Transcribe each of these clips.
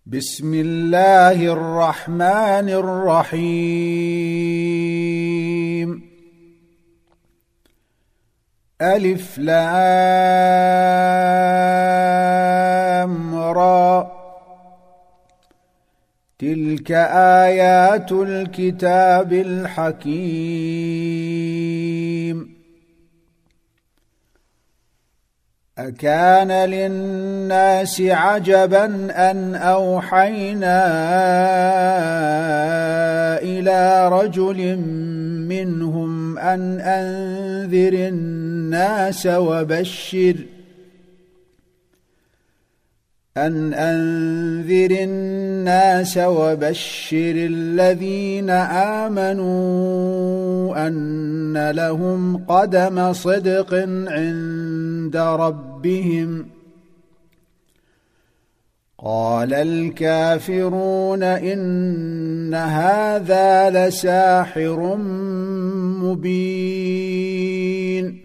بسم الله الرحمن الرحيم. ألف لام را، تلك آيات الكتاب الحكيم. أكان للناس عجبا أن أوحينا إلى رجل منهم أن أنذر الناس وبشر الذين آمنوا أن لهم قدم صدق عند ربهم. قال الكافرون إن هذا لساحر مبين.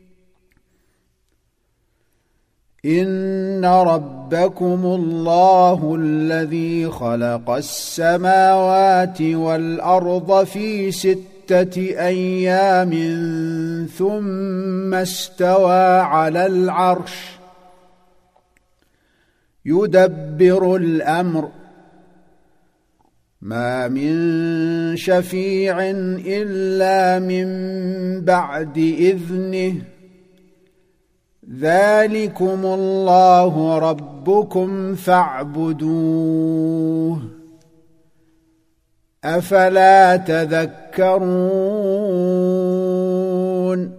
إن ربكم الله الذي خلق السماوات والأرض في 6 أيام ثم استوى على العرش يدبر الأمر، ما من شفيع إلا من بعد إذنه. ذلكم الله ربكم فاعبدوه، أفلا تذكرون.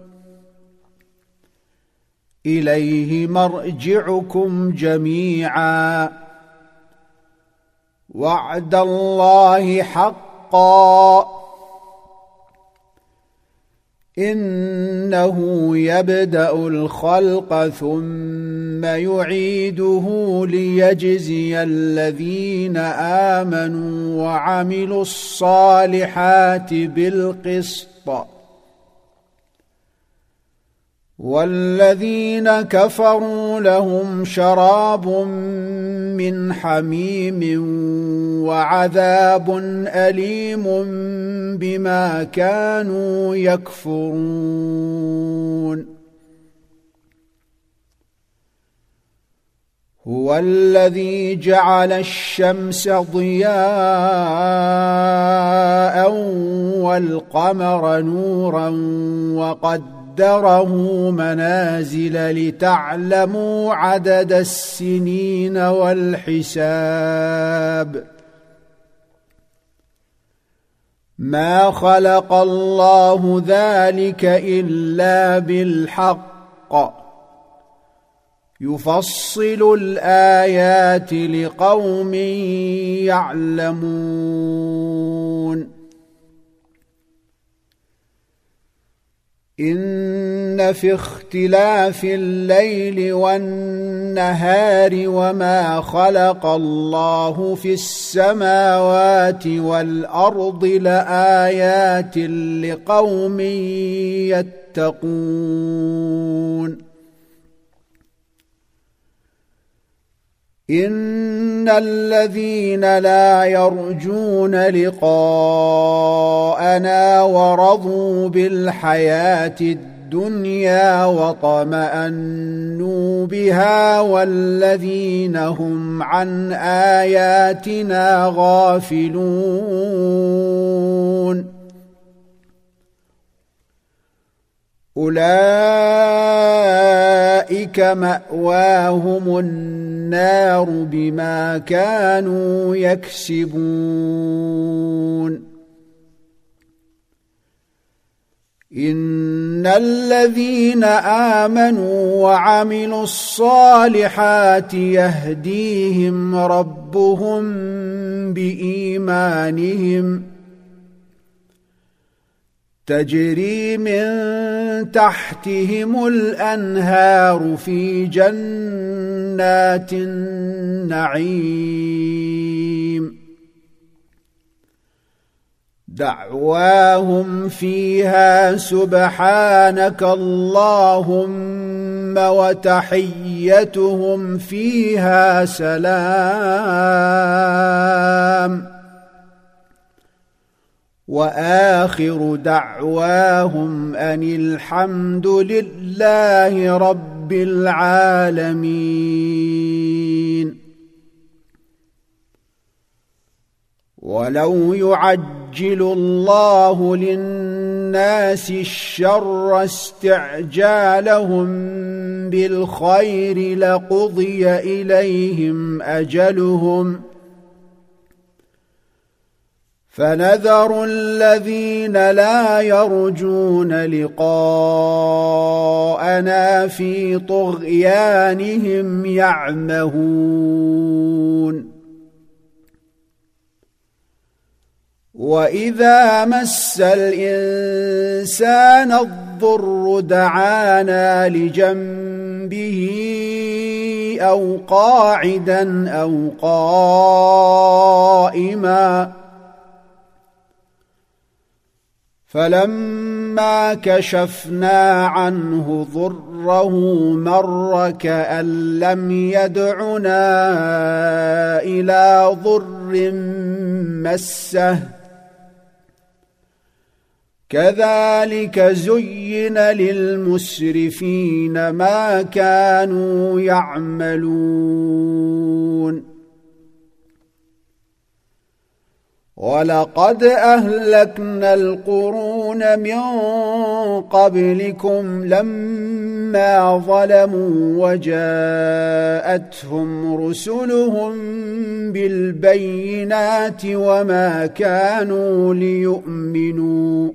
إليه مرجعكم جميعا، وعد الله حقا، إنه يبدأ الخلق ثم يعيده ليجزي الذين آمنوا وعملوا الصالحات بالقسط، والذين كفروا لهم شراب من حميم وعذاب أليم بما كانوا يكفرون. هو الذي جعل الشمس ضياء والقمر نورا وقدره منازل لتعلموا عدد السنين والحساب. ما خلق الله ذلك إلا بالحق، يفصل الآيات لقوم يعلمون. إن في اختلاف الليل والنهار وما خلق الله في السماوات والأرض لآيات لقوم يتقون. إن الذين لا يرجون لقاءنا ورضوا بالحياة الدنيا وطمأنوا بها والذين هم عن آياتنا غافلون أولئك مأواهم النار بما كانوا يكسبون. إن الذين آمنوا وعملوا الصالحات يهديهم ربهم بإيمانهم، تجري من تحتهم الأنهار في جنات النعيم. دعواهم فيها سبحانك اللهم وتحيتهم فيها سلام. وآخر دعواهم أن الحمد لله رب العالمين. ولو يعجل الله للناس الشر استعجالهم بالخير لقضي إليهم أجلهم فنذر الذين لا يرجون لقاءنا في طغيانهم يعمهون. وإذا مس الإنسان الضر دعانا لجنبه أو قاعدا أو قائما فلما كشفنا عنه ضره مر كأن لم يدعنا إلى ضر مسه كذلك زين للمسرفين ما كانوا يعملون. ولقد أهلكنا القرون من قبلكم لما ظلموا وجاءتهم رسلهم بالبينات وما كانوا ليؤمنوا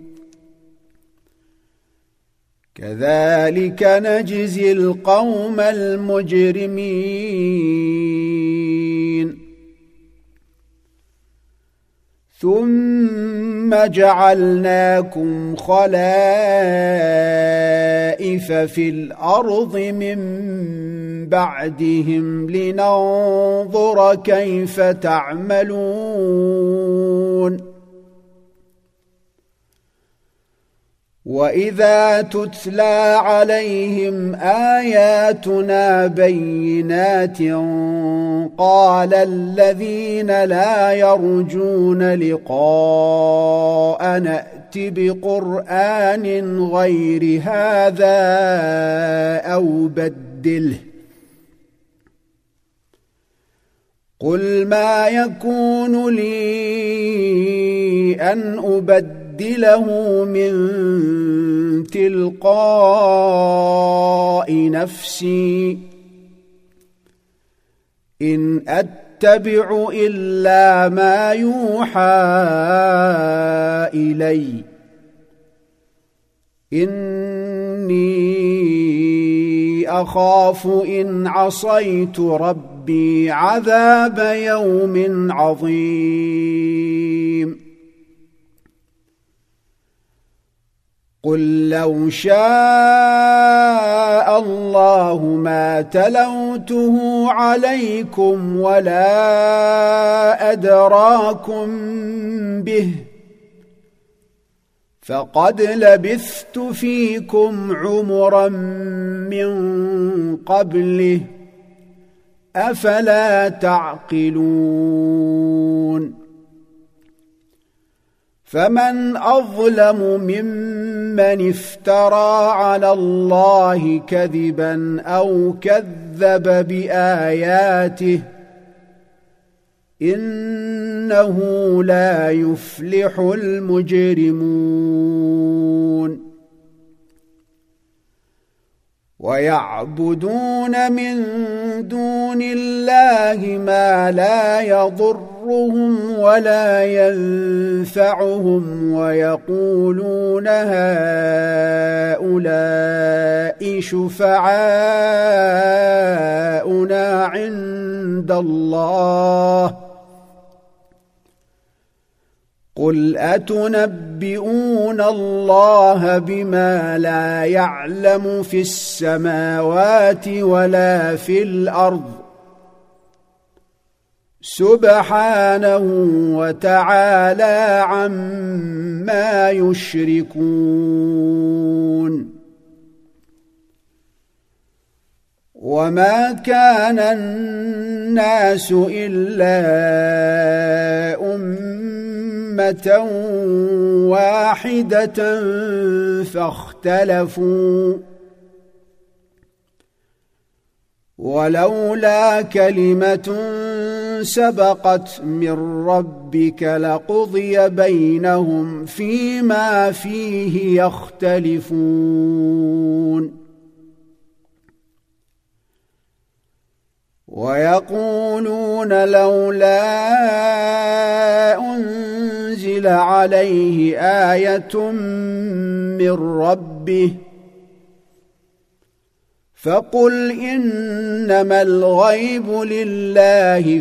كذلك نجزي القوم المجرمين. ثم جعلناكم خلائف في الأرض من بعدهم لننظر كيف تعملون. وإذا تتلى عليهم آياتنا بينات قال الذين لا يرجون لقاء نأت بقرآن غير هذا أو بدله قل ما يكون لي أن أبدله من تلقاء نفسي إن أتبع إلا ما يوحى إلي إني أخاف إن عصيت ربي عذاب يوم عظيم. قل لو شاء الله ما تلوته عليكم ولا أدراكم به فقد لبثت فيكم عمرا من قبله أفلا تعقلون. فمن أظلم ممن افترى على الله كذبا أو كذب بآياته إنه لا يفلح المجرمون. ويعبدون من دون الله ما لا يضرهم ولا ينفعهم ويقولون هؤلاء شفعاؤنا عند الله قل أتنبئون الله بما لا يعلم في السماوات ولا في الأرض سبحانه وتعالى عما يشركون. وما كان الناس إلا أمة أمة واحدة فاختلفوا ولولا كلمة سبقت من ربك لقضي بينهم فيما فيه يختلفون ويقولون لولا أنزل عليه آية من ربه فقل إنما الغيب لله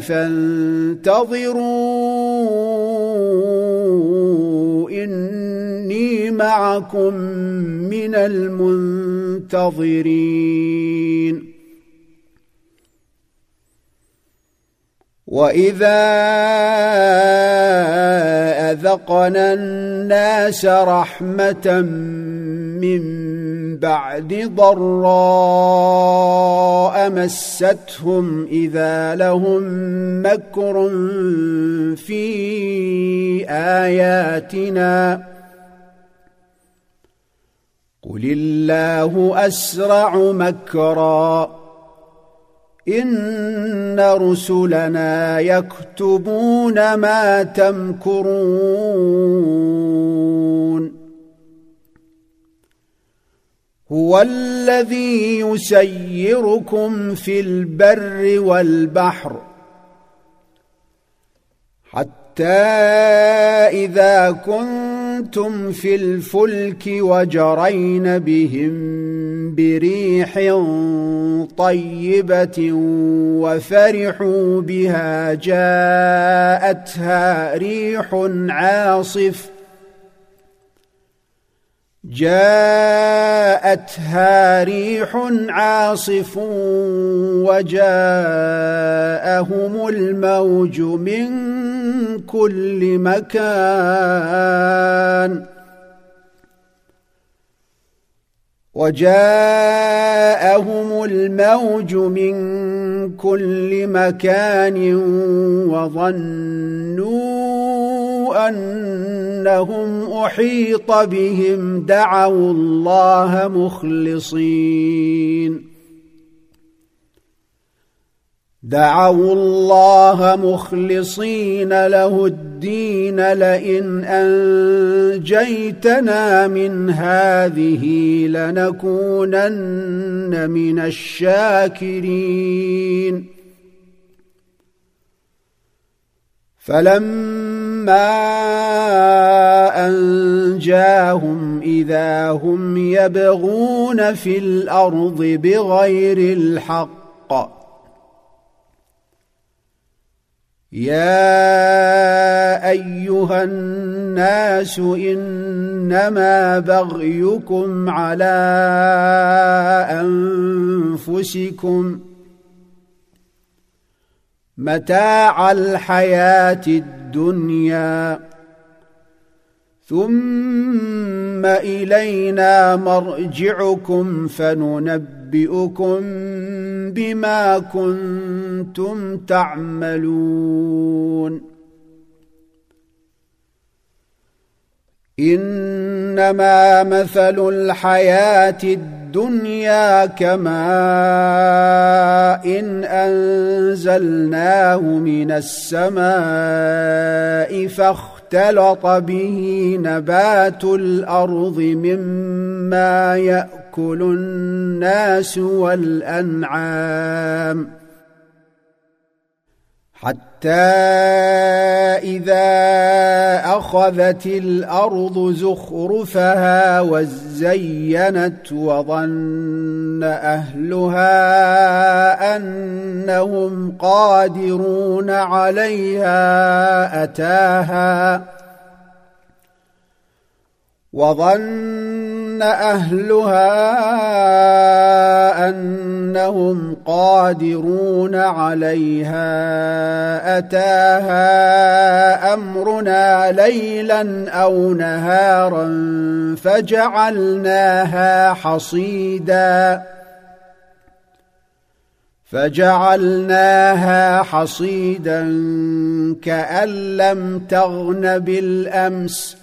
فانتظروا إني معكم من المنتظرين وإذا أذقنا الناس رحمة من بعد ضراء مستهم إذا لهم مكر في آياتنا قل الله أسرع مكرا إن رسلنا يكتبون ما تمكرون هو الذي يسيركم في البر والبحر حتى إذا كنتم في الفلك وجرين بهم بريح طيبة وفرحوا بها جاءتها ريح عاصف وجاءهم الموج من كل مكان وظنوا أنهم أحيط بهم دعوا الله مخلصين له الدين لئن أنجيتنا من هذه لنكونن من الشاكرين فلما أنجاهم إذا هم يبغون في الأرض بغير الحق يا أيها الناس إنما بغيكم على أنفسكم متاع الحياة الدنيا ثم إلينا مرجعكم فننبئكم بما كنتم تعملون إنما مثل الحياة الدنيا كماء إن أنزلناه من السماء فاختلط به نبات الأرض مما يأكل الناس والأنعام حتى إذا أخذت الأرض زخرفها وزينت وظن أهلها أنهم قادرون عليها أتاها أمرنا ليلا أو نهارا فجعلناها حصيدا كأن لم تغن بالأمس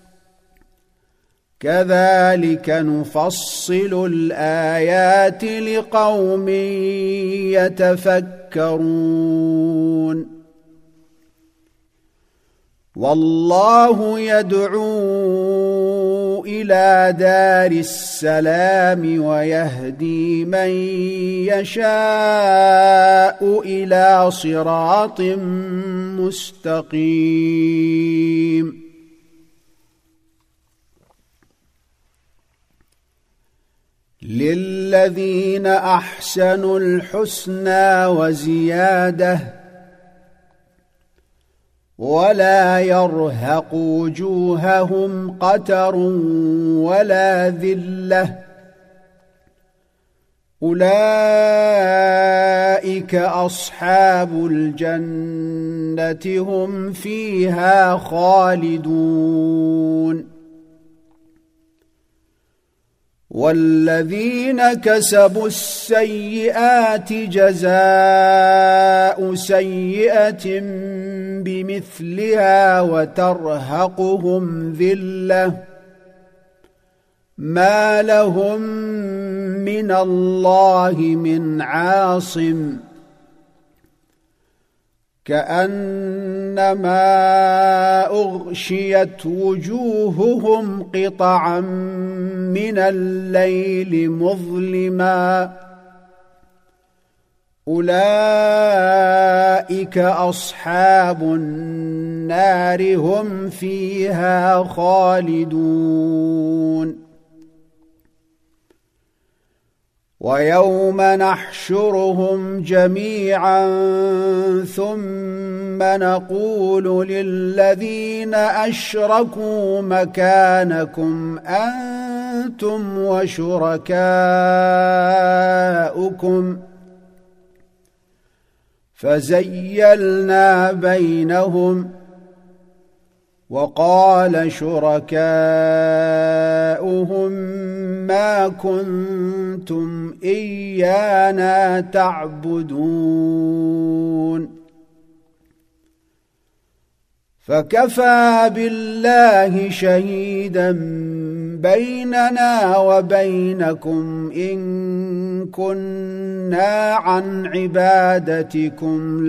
كذلك نفصل الآيات لقوم يتفكرون والله يدعو إلى دار السلام ويهدي من يشاء إلى صراط مستقيم للذين أحسنوا الحسنى وزيادة ولا يرهق وجوههم قتر ولا ذلة أولئك أصحاب الجنة هم فيها خالدون والذين كسبوا السيئات جزاء سيئة بمثلها وترهقهم ذلة ما لهم من الله من عاصم كأنما أغشيت وجوههم قطعا من الليل مظلما أولئك أصحاب النار هم فيها خالدون ويوم نحشرهم جميعا ثم نقول للذين أشركوا مكانكم أنتم وشركاؤكم فزيلنا بينهم وقال شركاؤهم ما كنتم إيانا تعبدون فكفى بالله شهيدا بيننا وبينكم إن كنا عن عبادتكم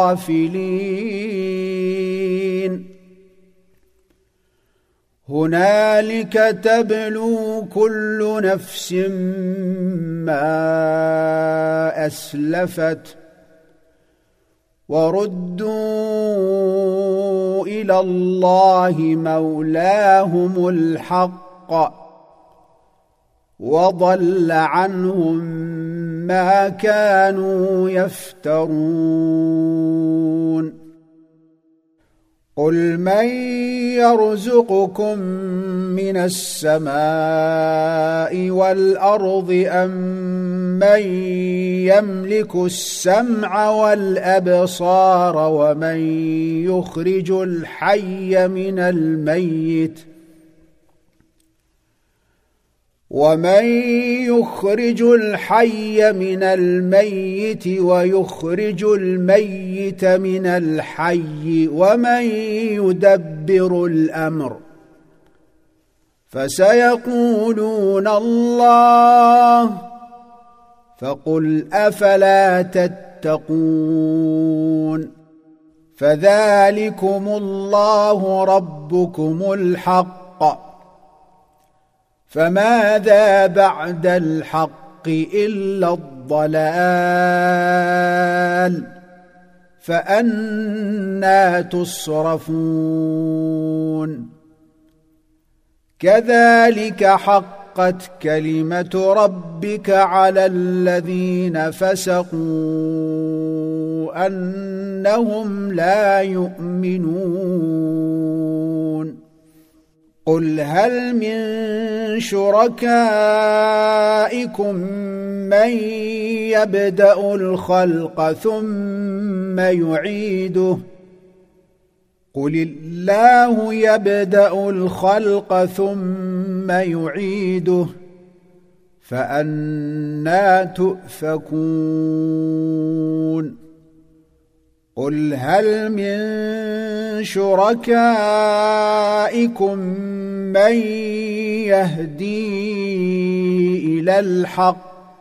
لغافلين هنالك تبلو كل نفس ما أسلفت وردوا إلى الله مولاهم الحق وضل عنهم ما كانوا يفترون قل من يرزقكم من السماء والأرض أم من يملك السمع والأبصار ومن يخرج الحي من الميت ويخرج الميت من الحي ومن يدبر الأمر فسيقولون الله فقل أفلا تتقون فذلكم الله ربكم الحق فماذا بعد الحق إلا الضلال فأنى تصرفون كذلك حقت كلمة ربك على الذين فسقوا أنهم لا يؤمنون قل هل من شركائكم من يبدأ الخلق ثم يعيده قل الله يبدأ الخلق ثم يعيده فأنى تؤفكون قل هل من شركائكم من يهدي إلى الحق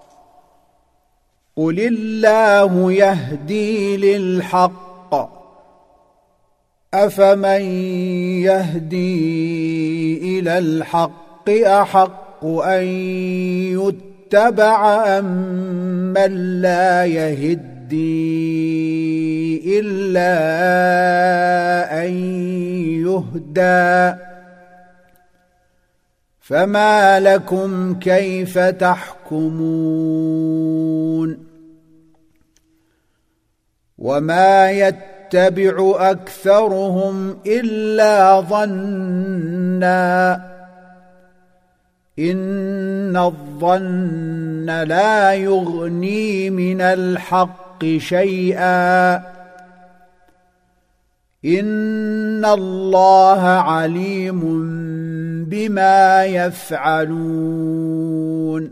قل الله يهدي للحق أفمن يهدي إلى الحق أحق أن يتبع أمن لا يهدي إلا أن يهدى فما لكم كيف تحكمون وما يتبع أكثرهم إلا ظنًّا إن الظن لا يغني من الحق شيئا إن الله عليم بما يفعلون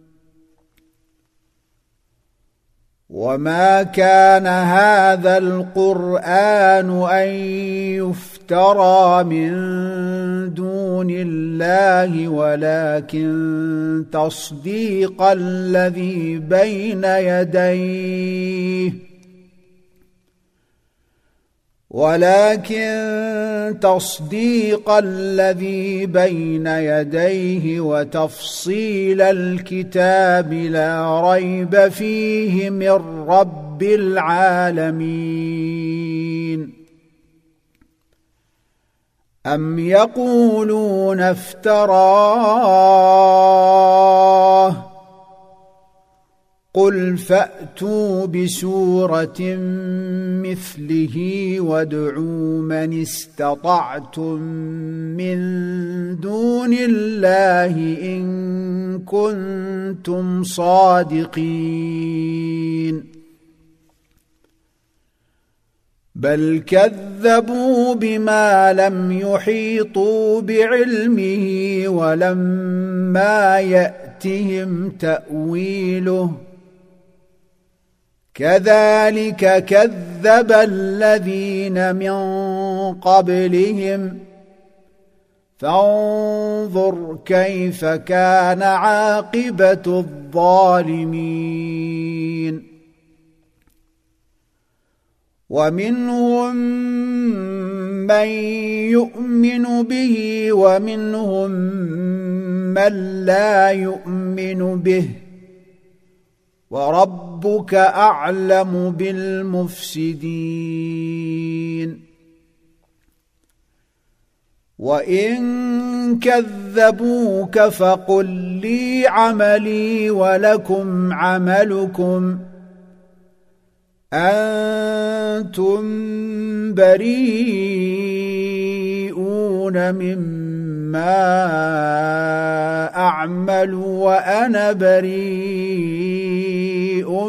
وما كان هذا القرآن أن يفترى من دون الله ولكن تصديق الذي بين يديه وتفصيل الكتاب لا ريب فيه من رب العالمين أم يقولون افتراه قل فأتوا بسورة مثله وادعوا من استطعتم من دون الله إن كنتم صادقين بل كذبوا بما لم يحيطوا بعلمه ولما يأتهم تأويله كذلك كذب الذين من قبلهم فانظر كيف كان عاقبة الظالمين ومنهم من يؤمن به ومنهم من لا يؤمن به وربك أعلم بالمفسدين وإن كذبوك فقل لي عملي ولكم عملكم أنتم بريئون مما أعمل وأنا بريء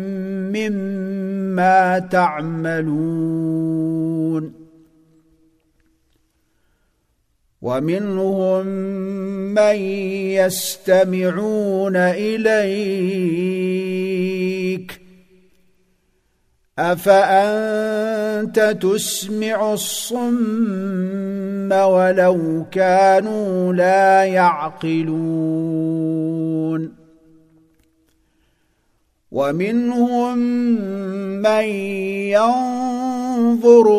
مما تعملون ومنهم من يستمعون إليك أفأنت تسمع الصم ولو كانوا لا يعقلون ومنهم من ينظر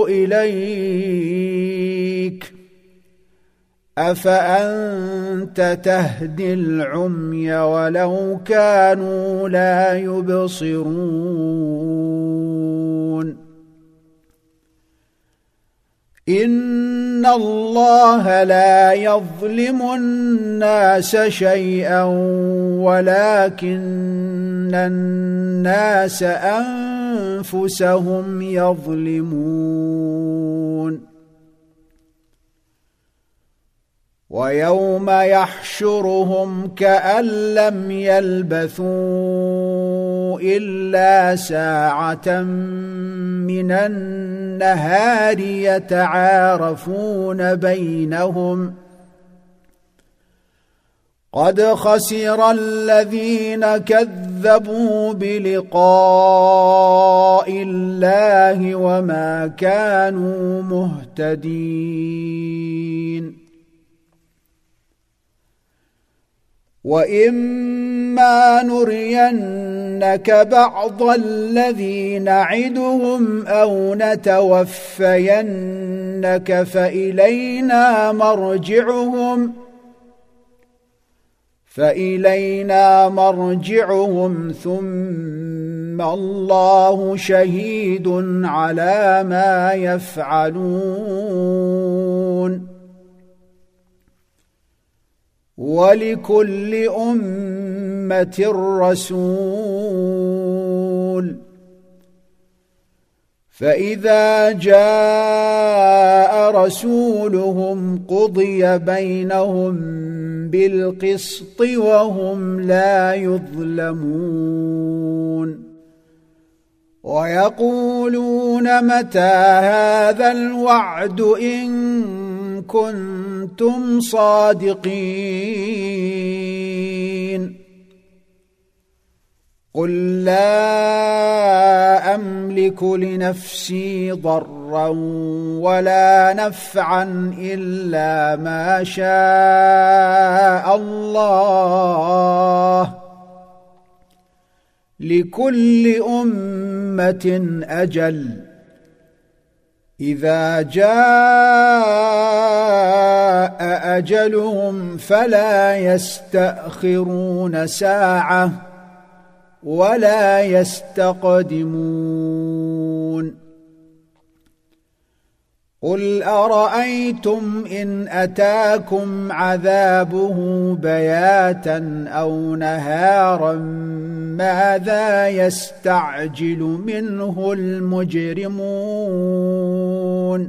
إليك أفأنت تهدي العمي ولو كانوا لا يبصرون إن الله لا يظلم الناس شيئا ولكن الناس أنفسهم يظلمون ويوم يحشرهم كأن لم يلبثوا إلا ساعة من النهار يتعارفون بينهم قد خسر الذين كذبوا بلقاء الله وما كانوا مهتدين وإما نرينك بعض الذي نعدهم أو نتوفينك فإلينا مرجعهم ثم الله شهيد على ما يفعلون ولكل أمة رسول فإذا جاء رسولهم قضي بينهم بالقسط وهم لا يظلمون ويقولون متى هذا الوعد إن كنتم صادقين قل لا أملك لنفسي ضرا ولا نفعا إلا ما شاء الله لكل أمة أجل إذا جاء أجلهم فلا يستأخرون ساعة ولا يستقدمون قل أرأيتم إن أتاكم عذابه بياتا أو نهارا ماذا يستعجل منه المجرمون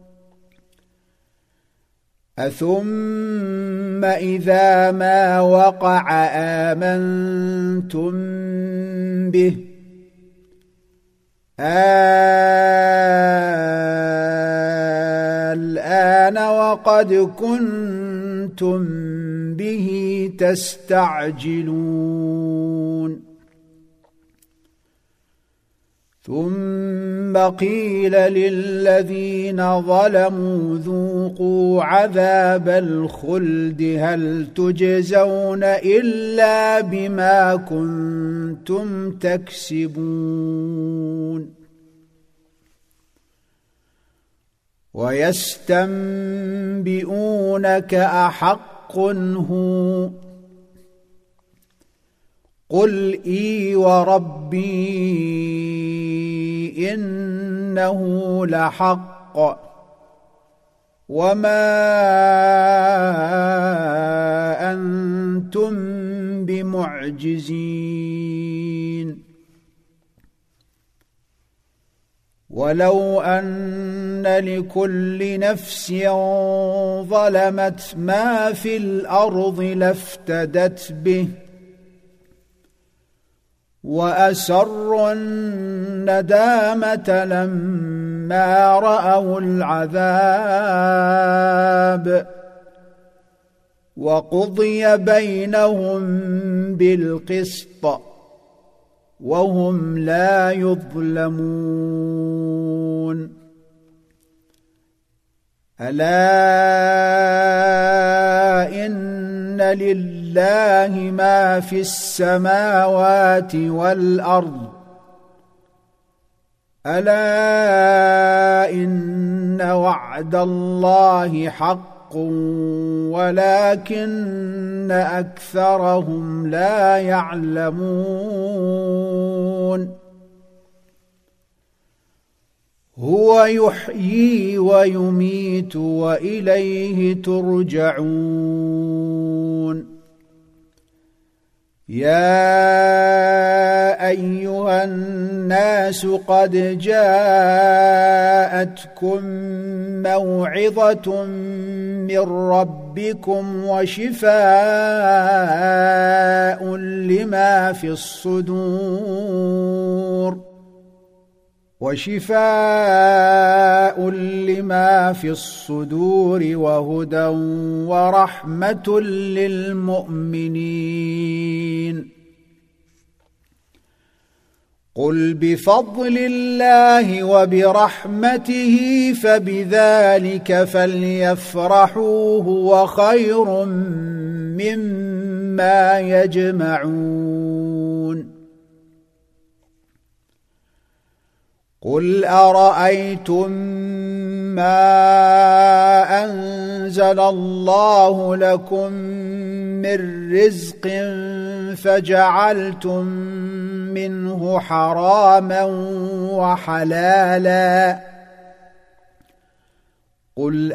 أثم إذا ما وقع آمنتم به الآن وقد كنتم به تستعجلون ثم قيل للذين ظلموا ذوقوا عذاب الخلد هل تجزون إلا بما كنتم تكسبون ويستنبئونك أحق هو قل إي وربي إنه لحق وما أنتم بمعجزين ولو أن لكل نفس ظلمت ما في الأرض لافتدت به وأسروا الندامة لما رأوا العذاب وقضي بينهم بالقسط وهم لا يظلمون ألا إن لله ما في السماوات والأرض ألا إن وعد الله حق ولكن أكثرهم لا يعلمون هو يحيي ويميت وإليه ترجعون يا أيها الناس قد جاءتكم موعظة من ربكم وشفاء لما في الصدور وشفاء لما في الصدور وهدى ورحمة للمؤمنين. قل بفضل الله وبرحمته فبذلك فليفرحوا هو خير مما يجمعون. قل أرأيتم ما أنزل الله لكم من رزق فجعلتم منه حراما وحلالا قل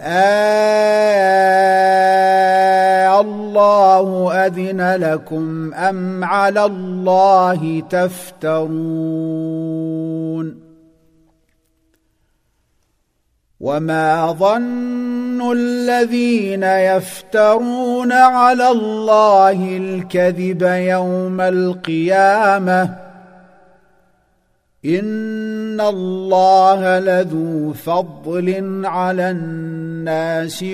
الله أذن لكم أم على الله تفترون. وما ظن الذين يفترون على الله الكذب يوم القيامة إن الله لذو فضل على الناس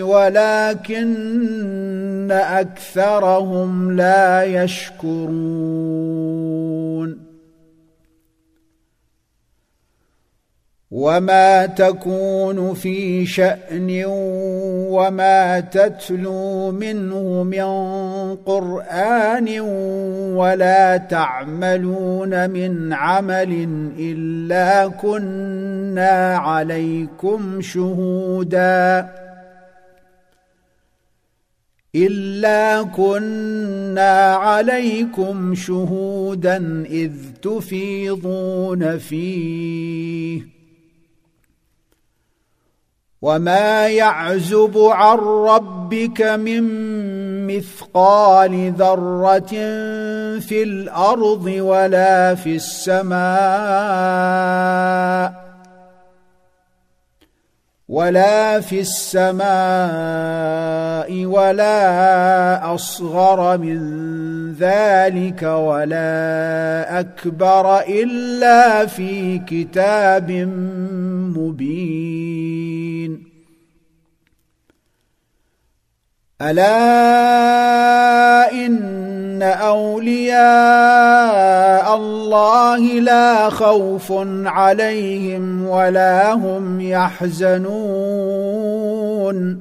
ولكن أكثرهم لا يشكرون. وما تكون في شأن وما تتلو منه من قرآن ولا تعملون من عمل إلا كنا عليكم شهودا إذ تفيضون فيه. وما يعزب عن ربك من مثقال ذرة في الأرض ولا في السماء ولا أصغر من ذلك ولا أكبر إلا في كتاب مبين. ألا إن أولياء الله لا خوف عليهم ولا هم يحزنون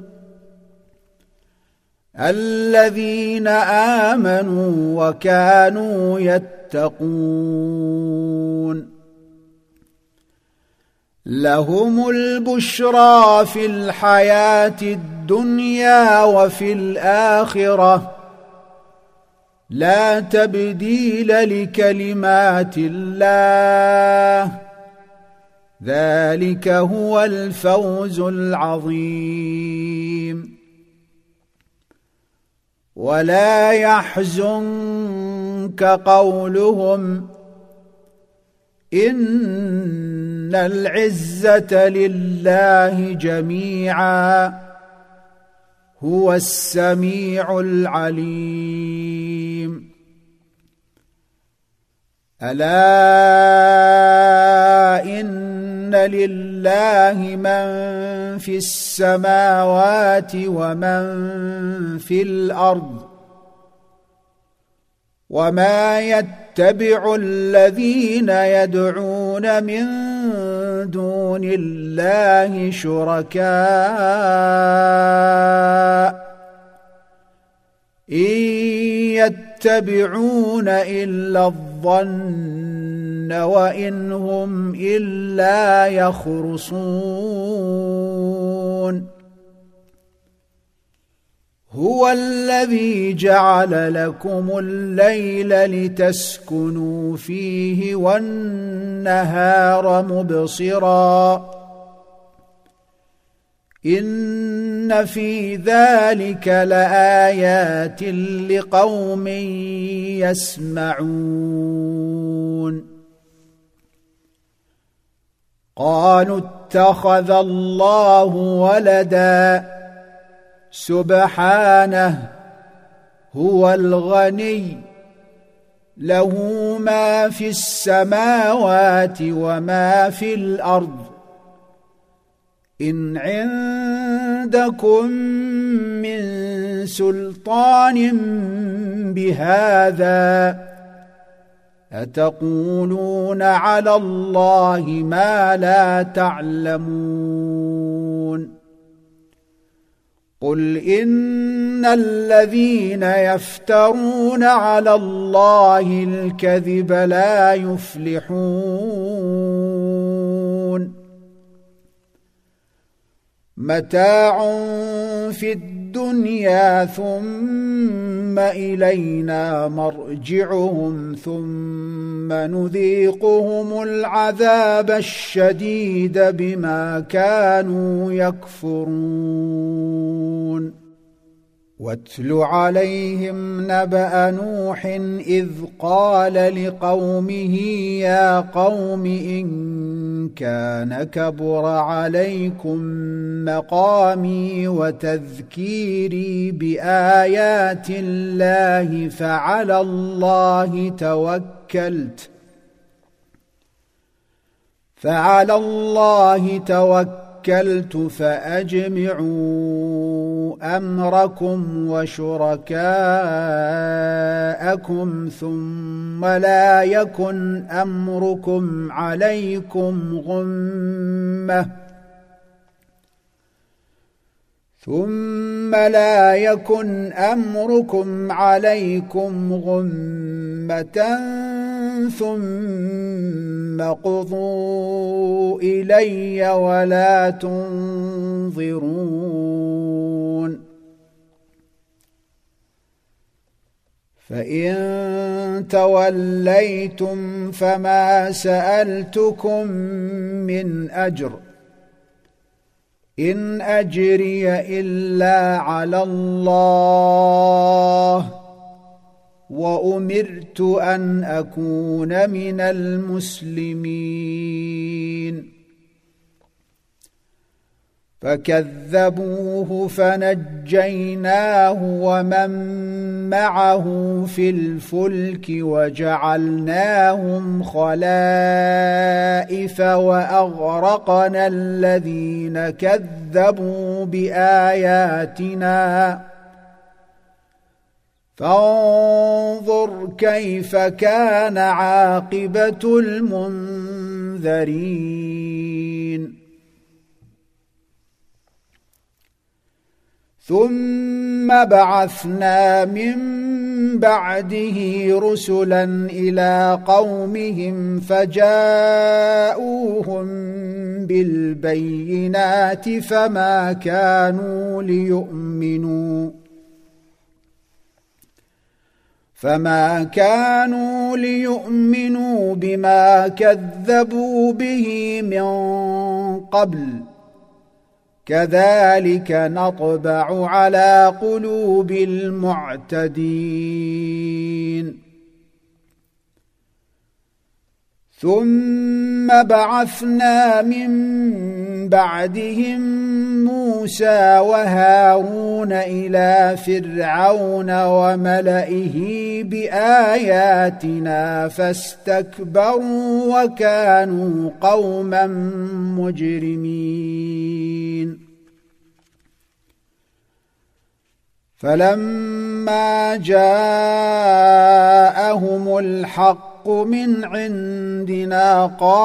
الذين آمنوا وكانوا يتقون. لهم البشرى في الحياة الدنيا وفي الآخرة لا تبديل لكلمات الله ذلك هو الفوز العظيم. ولا يحزنك قولهم إن العزة لله جميعا هو السميع العليم. ألا إن لله من في السماوات ومن في الأرض وما يتبع الذين يدعون من دون الله شركاء إن يتبعون إلا الظن وإن هم إلا يخرصون. هو الذي جعل لكم الليل لتسكنوا فيه والنهار مبصرا إن في ذلك لآيات لقوم يسمعون. قالوا اتخذ الله ولدا سبحانه هو الغني له ما في السماوات وما في الأرض إن عندكم من سلطان بهذا أتقولون على الله ما لا تعلمون قل إن الذين يفترون على الله الكذب لا يفلحون متاع في الدنيا ثم إلينا مرجعهم ثم نذيقهم العذاب الشديد بما كانوا يكفرون واتل عليهم نبأ نوح إذ قال لقومه يا قوم إن كان كبر عليكم مقامي وتذكيري بآيات الله فعلى الله توكلت فأجمعوا أمركم وشركاءكم ثم لا يكن أمركم عليكم غمة ثم قضوا إلي ولا تنظرون فإن توليتم فما سألتكم من أجر إن أجري إلا على الله وأمرت أن أكون من المسلمين فكذبوه فنجيناه ومن معه في الفلك وجعلناهم خلائف وأغرقنا الذين كذبوا بآياتنا فانظر كيف كان عاقبة المنذرين ثم بعثنا من بعده رسلا إلى قومهم فجاءوهم بالبينات فما كانوا ليؤمنوا بما كذبوا به من قبل كذلك نطبع على قلوب المعتدين ثم بعثنا من بعدهم موسى وهارون إلى فرعون وملئه بآياتنا فاستكبروا وكانوا قوما مجرمين فلما جاءهم الحق من عندنا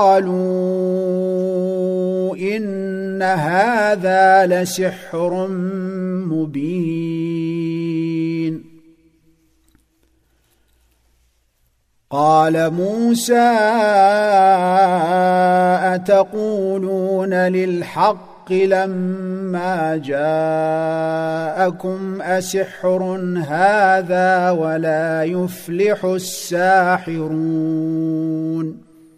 قالوا إن هذا لسحر مبين قال موسى أتقولون للحق لما جاءكم أسحر هذا ولا يفلح الساحرون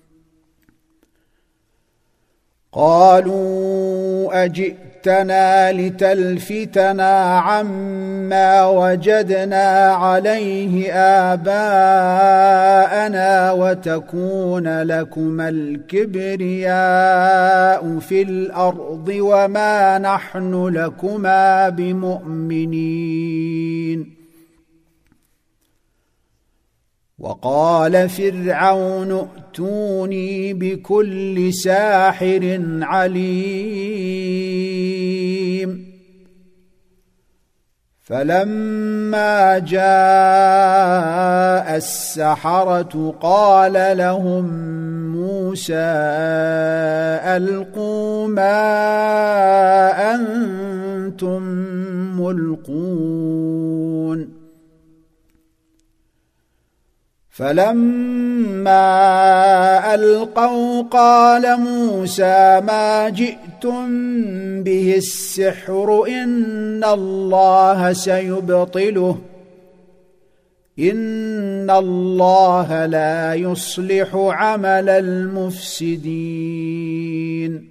قالوا أجئتنا لتلفتنا عما وجدنا عليه آباءنا وتكون لكما الكبرياء في الأرض وما نحن لكما بمؤمنين وقال فرعون ائتوني بكل ساحر عليم فلما جاء السحرة قال لهم موسى ألقوا ما أنتم ملقون فلما ألقوا قال موسى ما جئتم به السحر إن الله سيبطله إن الله لا يصلح عمل المفسدين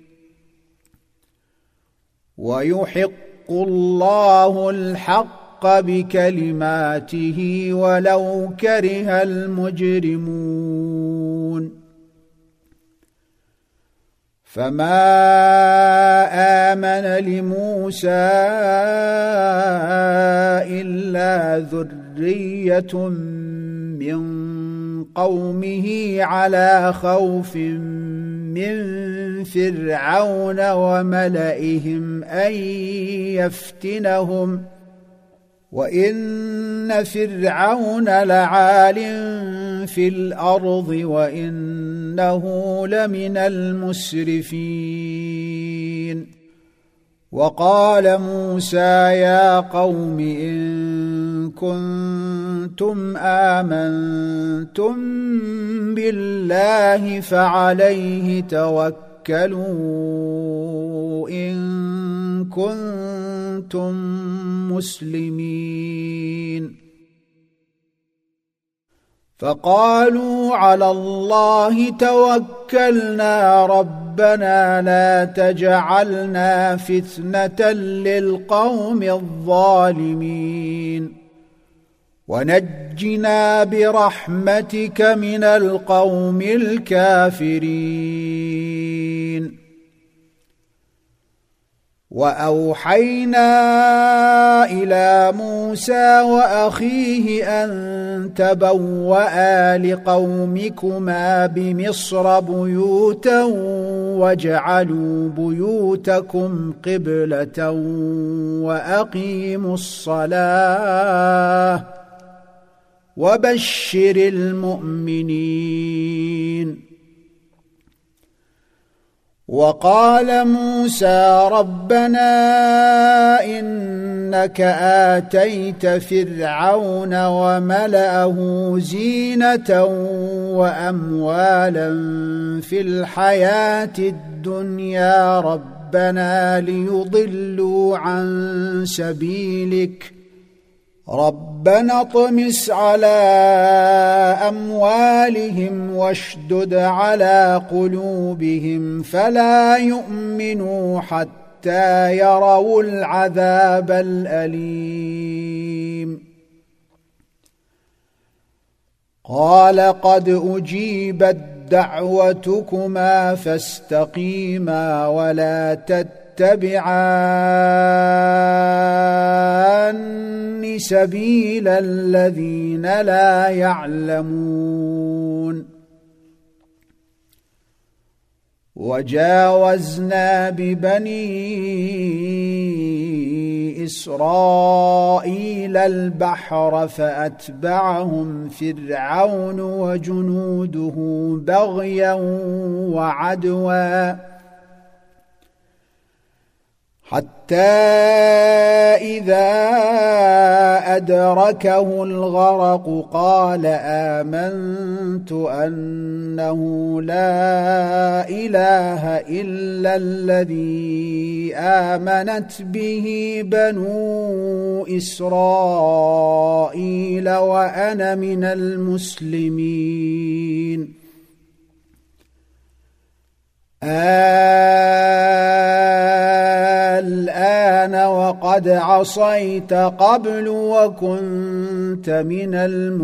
ويحق الله الحق بكلماته ولو كره المجرمون فما آمن لموسى إلا ذرية من قومه على خوف من فرعون وملئهم أن يفتنهم وإن فرعون لعال في الأرض وإنه لمن المسرفين وقال موسى يا قوم إن كنتم آمنتم بالله فعليه توكلوا إن كنتم مسلمين فقالوا على الله توكلنا ربنا لا تجعلنا فتنة للقوم الظالمين ونجنا برحمتك من القوم الكافرين وأوحينا إلى موسى وأخيه أن تبوأ لقومكما بمصر بيوتا واجعلوا بيوتكم قبلة وأقيموا الصلاة وبشر المؤمنين وقال موسى ربنا إنك آتيت فرعون وملأه زينة وأموالا في الحياة الدنيا ربنا ليضلوا عن سبيلك ربنا اطمس على أموالهم واشدد على قلوبهم فلا يؤمنوا حتى يروا العذاب الأليم قال قد أجيبت دعوتكما فاستقيما ولا تتبعان سبيل الذين لا يعلمون وجاوزنا ببني إسرائيل البحر فأتبعهم فرعون وجنوده بغيا وعدوا حتى إذا أدركه الغرق قال آمنت أنه لا إله إلا الذي آمنت به بنو إسرائيل وأنا من المسلمين الآن وقد عصيت قبل وكنت من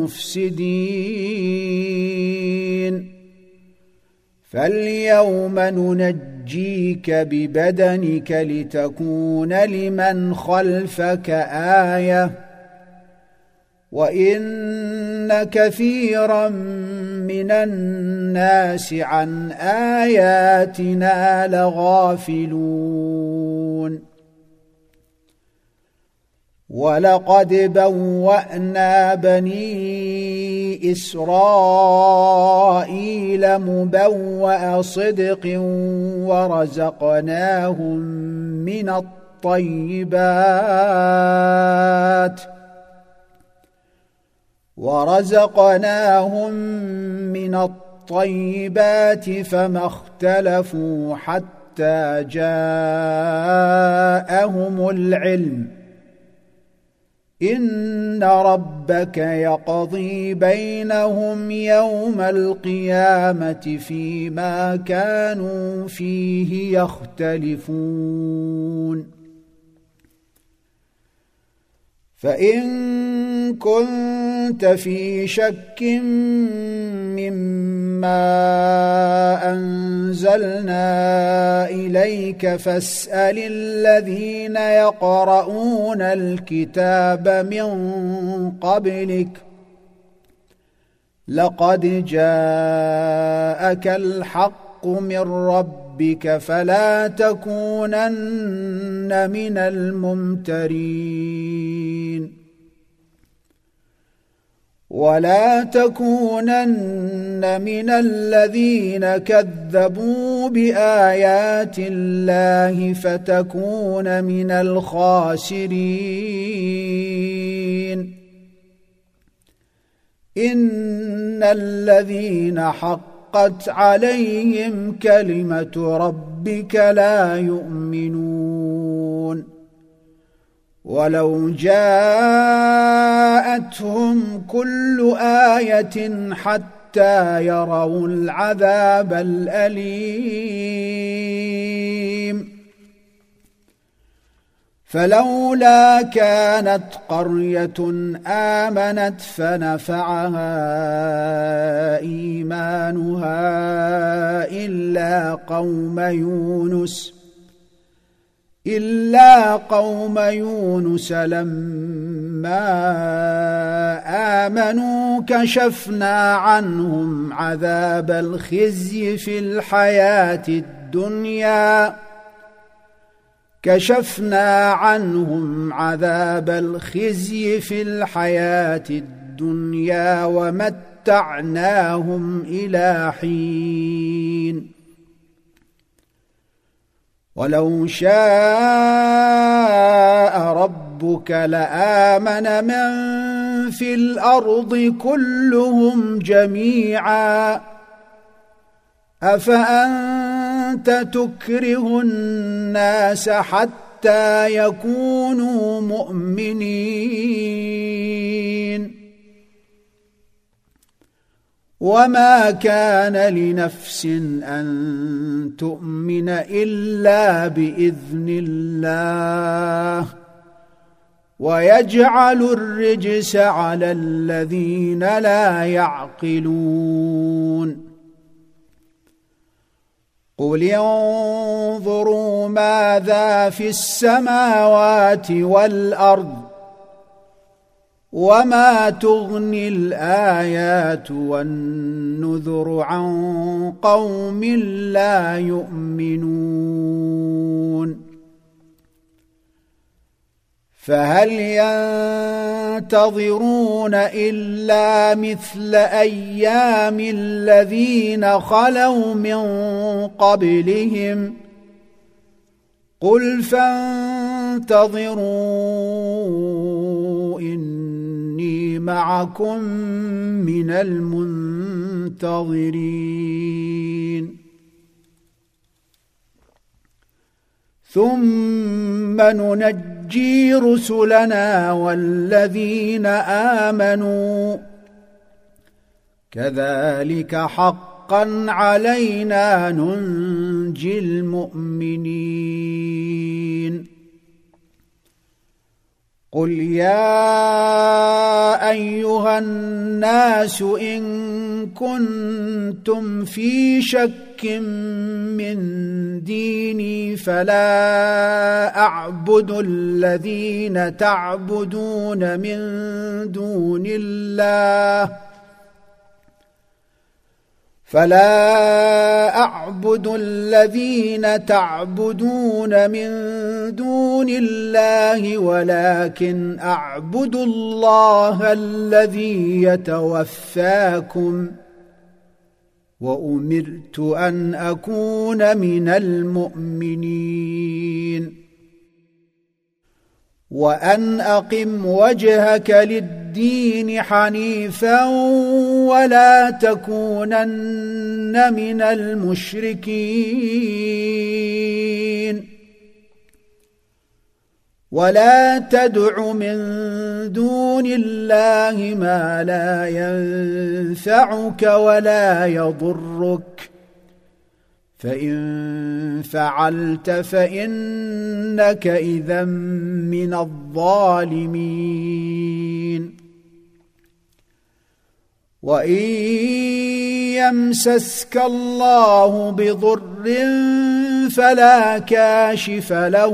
المفسدين فاليوم ننجيك ببدنك لتكون لمن خلفك آية وإن كثيرا من الناس عن آياتنا لغافلون ولقد بوأنا بني إسرائيل مبوأ صدق ورزقناهم من الطيبات فما اختلفوا حتى جاءهم العلم إن ربك يقضي بينهم يوم القيامة فيما كانوا فيه يختلفون فإن كنت في شك مما أنزلنا إليك فاسأل الذين يقرؤون الكتاب من قبلك لقد جاءك الحق من ربك فلا تكونن من الممترين ولا تكونن من الذين كذبوا بآيات الله فتكون من الخاسرين إن الذين حقت عليهم كلمة ربك لا يؤمنون ولو جاءتهم كل آية حتى يروا العذاب الأليم فلولا كانت قرية آمنت فنفعها إيمانها إلا قوم يونس لما آمنوا كشفنا عنهم عذاب الخزي في الحياة الدنيا ومتعناهم إلى حين ولو شاء ربك لآمن من في الأرض كلهم جميعا أفأنت تكره الناس حتى يكونوا مؤمنين وما كان لنفس أن تؤمن إلا بإذن الله ويجعل الرجس على الذين لا يعقلون قل انظروا ماذا في السماوات والأرض وما تغني الآيات والنذر عن قوم لا يؤمنون فهل ينتظرون إلا مثل أيام الذين خلوا من قبلهم قل فانتظروا إني معكم من المنتظرين ثم ننجي رسلنا والذين آمنوا كذلك حقا علينا ننجي المؤمنين قل يا أيها الناس إن كنتم في شك من ديني فلا أعبد الذين تعبدون من دون الله ولكن أعبد الله الذي يتوفاكم وأمرت أن أكون من المؤمنين وأن أقم وجهك للدين حنيفا ولا تكونن من المشركين ولا تدع من دون الله ما لا ينفعك ولا يضرك فإن فعلت فإنك إذا من الظالمين وإن يمسسك الله بضر فلا كاشف له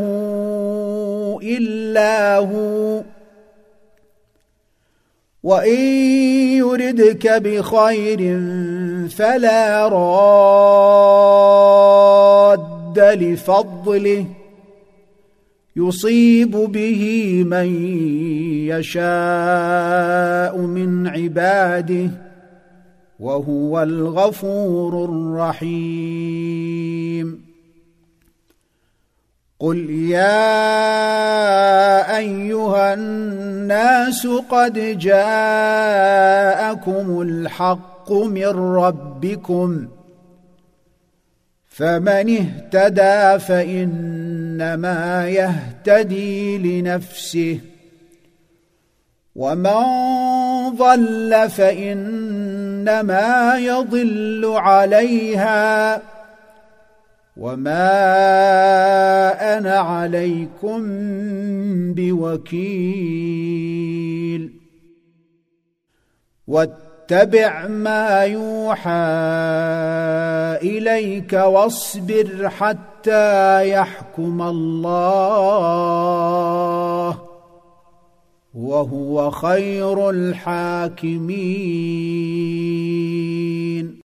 إلا هو وإن يردك بخير فلا راد لفضله يصيب به من يشاء من عباده وهو الغفور الرحيم قل يا أيها الناس قد جاءكم الحق من ربكم فمن اهتدى فإنما يهتدي لنفسه ومن ضل فإنما يضل عليها وما أنا عليكم بوكيل واتبع ما يوحى إليك واصبر حتى يحكم الله وهو خير الحاكمين